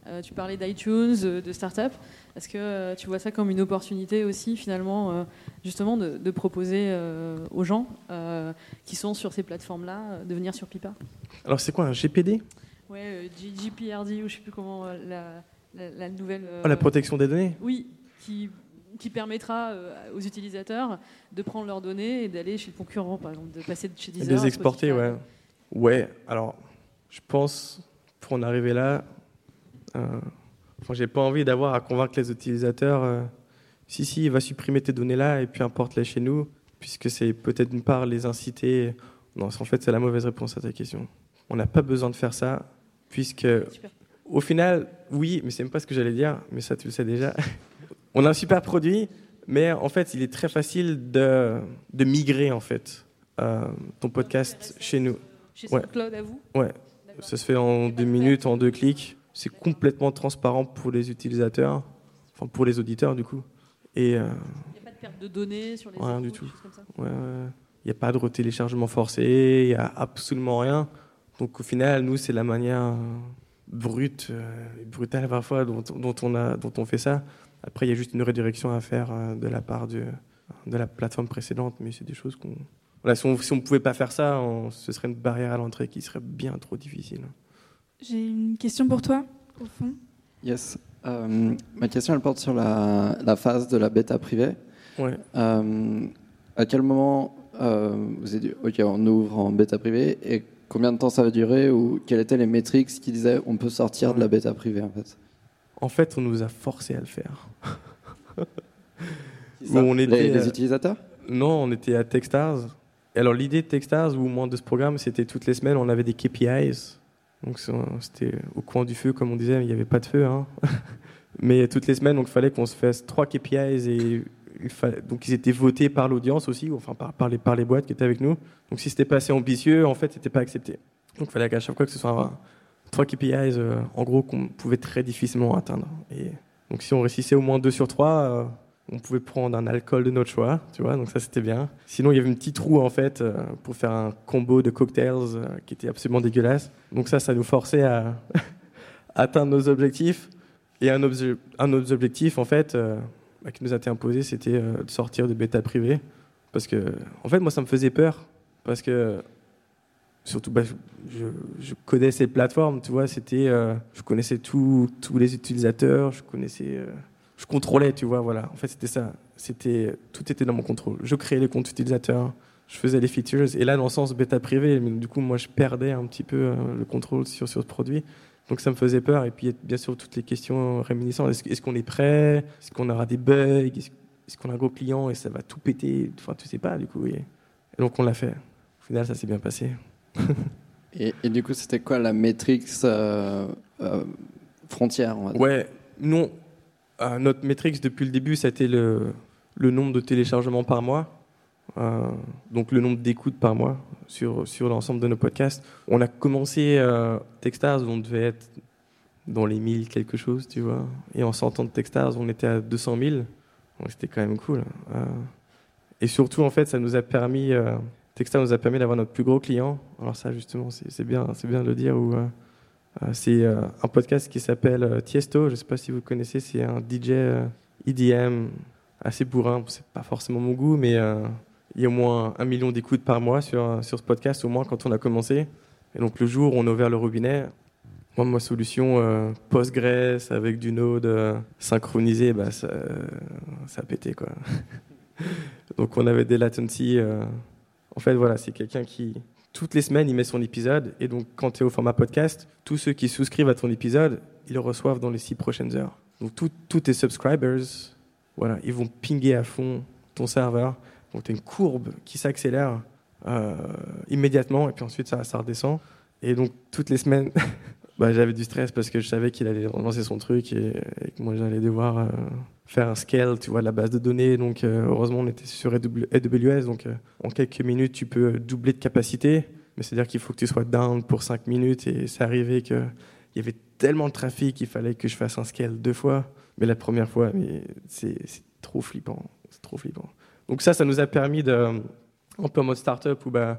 Euh, tu parlais d'iTunes, euh, de start-up. Est-ce que euh, tu vois ça comme une opportunité aussi, finalement, euh, justement, de, de proposer euh, aux gens euh, qui sont sur ces plateformes-là euh, de venir sur Pipa? Alors, c'est quoi, un G P D? Ouais, euh, G P R D, ou je ne sais plus comment euh, la, la, la nouvelle... Euh, oh, la protection des données? Oui, qui, qui permettra euh, aux utilisateurs de prendre leurs données et d'aller chez le concurrent, par exemple, de passer de chez Deezer. De les exporter, ouais. Ouais, alors, je pense, pour en arriver là... Euh, enfin, j'ai pas envie d'avoir à convaincre les utilisateurs euh, si si il va supprimer tes données là et puis importe-les chez nous, puisque c'est peut-être d'une part les inciter. Non, en fait c'est la mauvaise réponse à ta question. On n'a pas besoin de faire ça, puisque super. Au final, oui, mais c'est même pas ce que j'allais dire, mais ça tu le sais déjà. On a un super produit, mais en fait il est très facile de, de migrer en fait euh, ton podcast chez nous. Chez SoundCloud ouais. à vous? Ouais, d'accord. Ça se fait en deux minutes, en deux clics. C'est complètement transparent pour les utilisateurs, enfin pour les auditeurs du coup. Et, euh, il n'y a pas de perte de données sur les rien infos, du tout. Comme ça. Ouais, ouais. Il n'y a pas de retéléchargement forcé, il n'y a absolument rien. Donc au final, nous, c'est la manière brute, euh, brutale parfois dont, dont, on a, dont on fait ça. Après, il y a juste une redirection à faire euh, de la part de, de la plateforme précédente, mais c'est des choses qu'on... Voilà, si on ne pouvait pas faire ça, on, ce serait une barrière à l'entrée qui serait bien trop difficile. J'ai une question pour toi, au fond. Yes. Euh, ma question, elle porte sur la, la phase de la bêta privée. Ouais. Euh, à quel moment euh, vous avez dit, OK, on ouvre en bêta privée, et combien de temps ça va durer, ou quelles étaient les métriques qui disaient on peut sortir de la bêta privée, en fait? En fait, on nous a forcé à le faire. Où on était, les, les utilisateurs? Non, on était à Techstars. Et alors, l'idée de Techstars, ou au moins de ce programme, c'était toutes les semaines, on avait des K P Is. Donc c'était au coin du feu, comme on disait, mais il n'y avait pas de feu. Hein. Mais toutes les semaines, donc, il fallait qu'on se fasse trois K P Is. Et il fallait, donc ils étaient votés par l'audience aussi, enfin par, par, les, par les boîtes qui étaient avec nous. Donc si c'était pas assez ambitieux, en fait, c'était pas accepté. Donc il fallait qu'à chaque fois que ce soit un, trois K P Is, euh, en gros, qu'on pouvait très difficilement atteindre. Et donc si on réussissait au moins deux sur trois, euh, on pouvait prendre un alcool de notre choix, tu vois, donc ça c'était bien. Sinon il y avait une petite roue en fait euh, pour faire un combo de cocktails euh, qui était absolument dégueulasse. Donc ça, ça nous forçait à atteindre nos objectifs. Et un, obje- un autre objectif en fait euh, bah, qui nous a été imposé, c'était euh, de sortir de bêta privée. Parce que, en fait, moi ça me faisait peur. Parce que, surtout, bah, je, je connais ces plateformes, tu vois, c'était, euh, je connaissais tous les utilisateurs, je connaissais... Euh, je contrôlais, tu vois, voilà. En fait, c'était ça. C'était, tout était dans mon contrôle. Je créais les comptes utilisateurs, je faisais les features. Et là, dans le sens bêta privé, du coup, moi, je perdais un petit peu euh, le contrôle sur, sur ce produit. Donc, ça me faisait peur. Et puis, bien sûr, toutes les questions réminiscentes. Est-ce, est-ce qu'on est prêt? Est-ce qu'on aura des bugs? Est-ce, est-ce qu'on a un gros client et ça va tout péter? Enfin, tu sais pas, du coup. Et, et donc, on l'a fait. Au final, ça s'est bien passé. et, et du coup, c'était quoi la métrique euh, euh, frontière, on va dire? Ouais, non. Euh, notre métrique depuis le début, c'était le, le nombre de téléchargements par mois, euh, donc le nombre d'écoutes par mois sur, sur l'ensemble de nos podcasts. On a commencé euh, Techstars, on devait être dans les mille quelque chose, tu vois. Et en sortant de Techstars, on était à deux cent mille, donc c'était quand même cool. Euh, et surtout, en fait, ça nous a permis, euh, Techstars nous a permis d'avoir notre plus gros client. Alors ça, justement, c'est, c'est bien, c'est bien de le dire. Où, euh, Euh, c'est euh, un podcast qui s'appelle euh, Tiesto, je ne sais pas si vous connaissez, c'est un D J euh, E D M assez bourrin, c'est pas forcément mon goût, mais euh, il y a au moins un million d'écoutes par mois sur, sur ce podcast, au moins quand on a commencé. Et donc le jour où on a ouvert le robinet, moi, ma solution euh, Postgres avec du Node euh, synchronisé, bah, ça, ça a pété, quoi. Donc on avait des latencies. Euh, en fait, voilà, c'est quelqu'un qui... Toutes les semaines, il met son épisode. Et donc, quand tu es au format podcast, tous ceux qui souscrivent à ton épisode, ils le reçoivent dans les six prochaines heures. Donc, tous tes subscribers, voilà, ils vont pinguer à fond ton serveur. Donc, tu as une courbe qui s'accélère euh, immédiatement. Et puis ensuite, ça, ça redescend. Et donc, toutes les semaines, bah, j'avais du stress parce que je savais qu'il allait relancer son truc et, et que moi, j'allais devoir euh, faire un scale, tu vois, de la base de données. Donc, euh, heureusement, on était sur A W S. Donc, euh, en quelques minutes, tu peux doubler de capacité. Mais c'est-à-dire qu'il faut que tu sois down pour cinq minutes. Et c'est arrivé qu'il y avait tellement de trafic qu'il fallait que je fasse un scale deux fois. Mais la première fois, mais c'est, c'est trop flippant. C'est trop flippant. Donc ça, ça nous a permis de, un peu en mode start-up, où bah,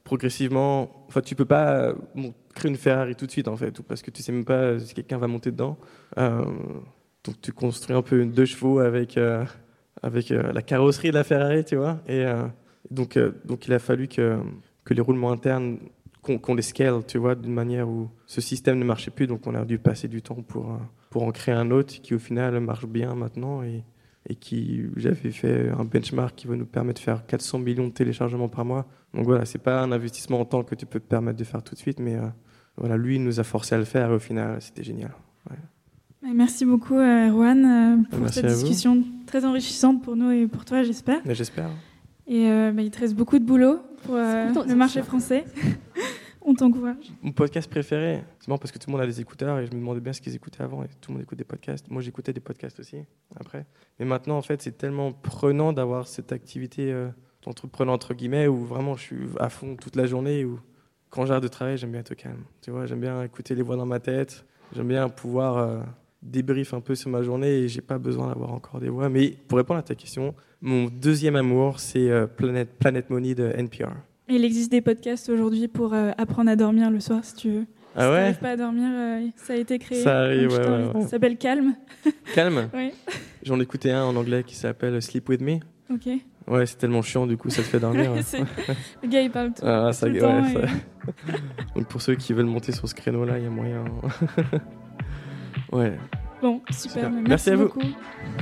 progressivement, enfin, tu peux pas bon, créer une Ferrari tout de suite, en fait, parce que tu sais même pas si quelqu'un va monter dedans. Euh, donc, tu construis un peu deux chevaux avec, euh, avec euh, la carrosserie de la Ferrari, tu vois. Et euh, donc, euh, donc, il a fallu que, que les roulements internes, qu'on, qu'on les scale, tu vois, d'une manière où ce système ne marchait plus. Donc, on a dû passer du temps pour, euh, pour en créer un autre qui, au final, marche bien maintenant. Et, et qui, j'avais fait un benchmark qui va nous permettre de faire quatre cents millions de téléchargements par mois. Donc voilà, c'est pas un investissement en temps que tu peux te permettre de faire tout de suite, mais euh, voilà, lui, il nous a forcé à le faire et au final, c'était génial. Ouais. Merci beaucoup, Erwan, euh, pour Merci cette discussion très enrichissante pour nous et pour toi, j'espère. Mais j'espère. Et euh, bah, il te reste beaucoup de boulot pour euh, le marché français. On t'encourage. Mon podcast préféré, c'est marrant parce que tout le monde a des écouteurs et je me demandais bien ce qu'ils écoutaient avant et tout le monde écoute des podcasts. Moi, j'écoutais des podcasts aussi après. Mais maintenant, en fait, c'est tellement prenant d'avoir cette activité euh, entrepreneur entre guillemets où vraiment je suis à fond toute la journée. Où quand j'arrête de travailler, j'aime bien être calme. Tu vois, j'aime bien écouter les voix dans ma tête. J'aime bien pouvoir euh, débrief un peu sur ma journée et j'ai pas besoin d'avoir encore des voix. Mais pour répondre à ta question, mon deuxième amour, c'est euh, Planet, Planet Money de N P R. Il existe des podcasts aujourd'hui pour euh, apprendre à dormir le soir, si tu veux. Ah si ouais. t'arrives pas à dormir, euh, ça a été créé. Ça arrive, ouais, ouais, ouais. Ça s'appelle Calme. Calme. Oui. J'en ai écouté un en anglais qui s'appelle Sleep With Me. Ok. Ouais, c'est tellement chiant, du coup, ça te fait dormir. c'est... Le gars, il parle tout, ah, tout ça, le ouais, temps. ça... Et... Donc pour ceux qui veulent monter sur ce créneau-là, il y a moyen. Ouais. Bon, super. super. Merci, Merci à beaucoup. vous.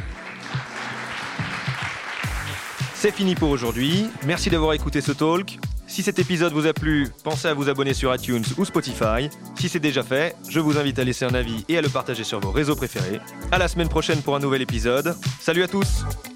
C'est fini pour aujourd'hui. Merci d'avoir écouté ce talk. Si cet épisode vous a plu, pensez à vous abonner sur iTunes ou Spotify. Si c'est déjà fait, je vous invite à laisser un avis et à le partager sur vos réseaux préférés. À la semaine prochaine pour un nouvel épisode. Salut à tous!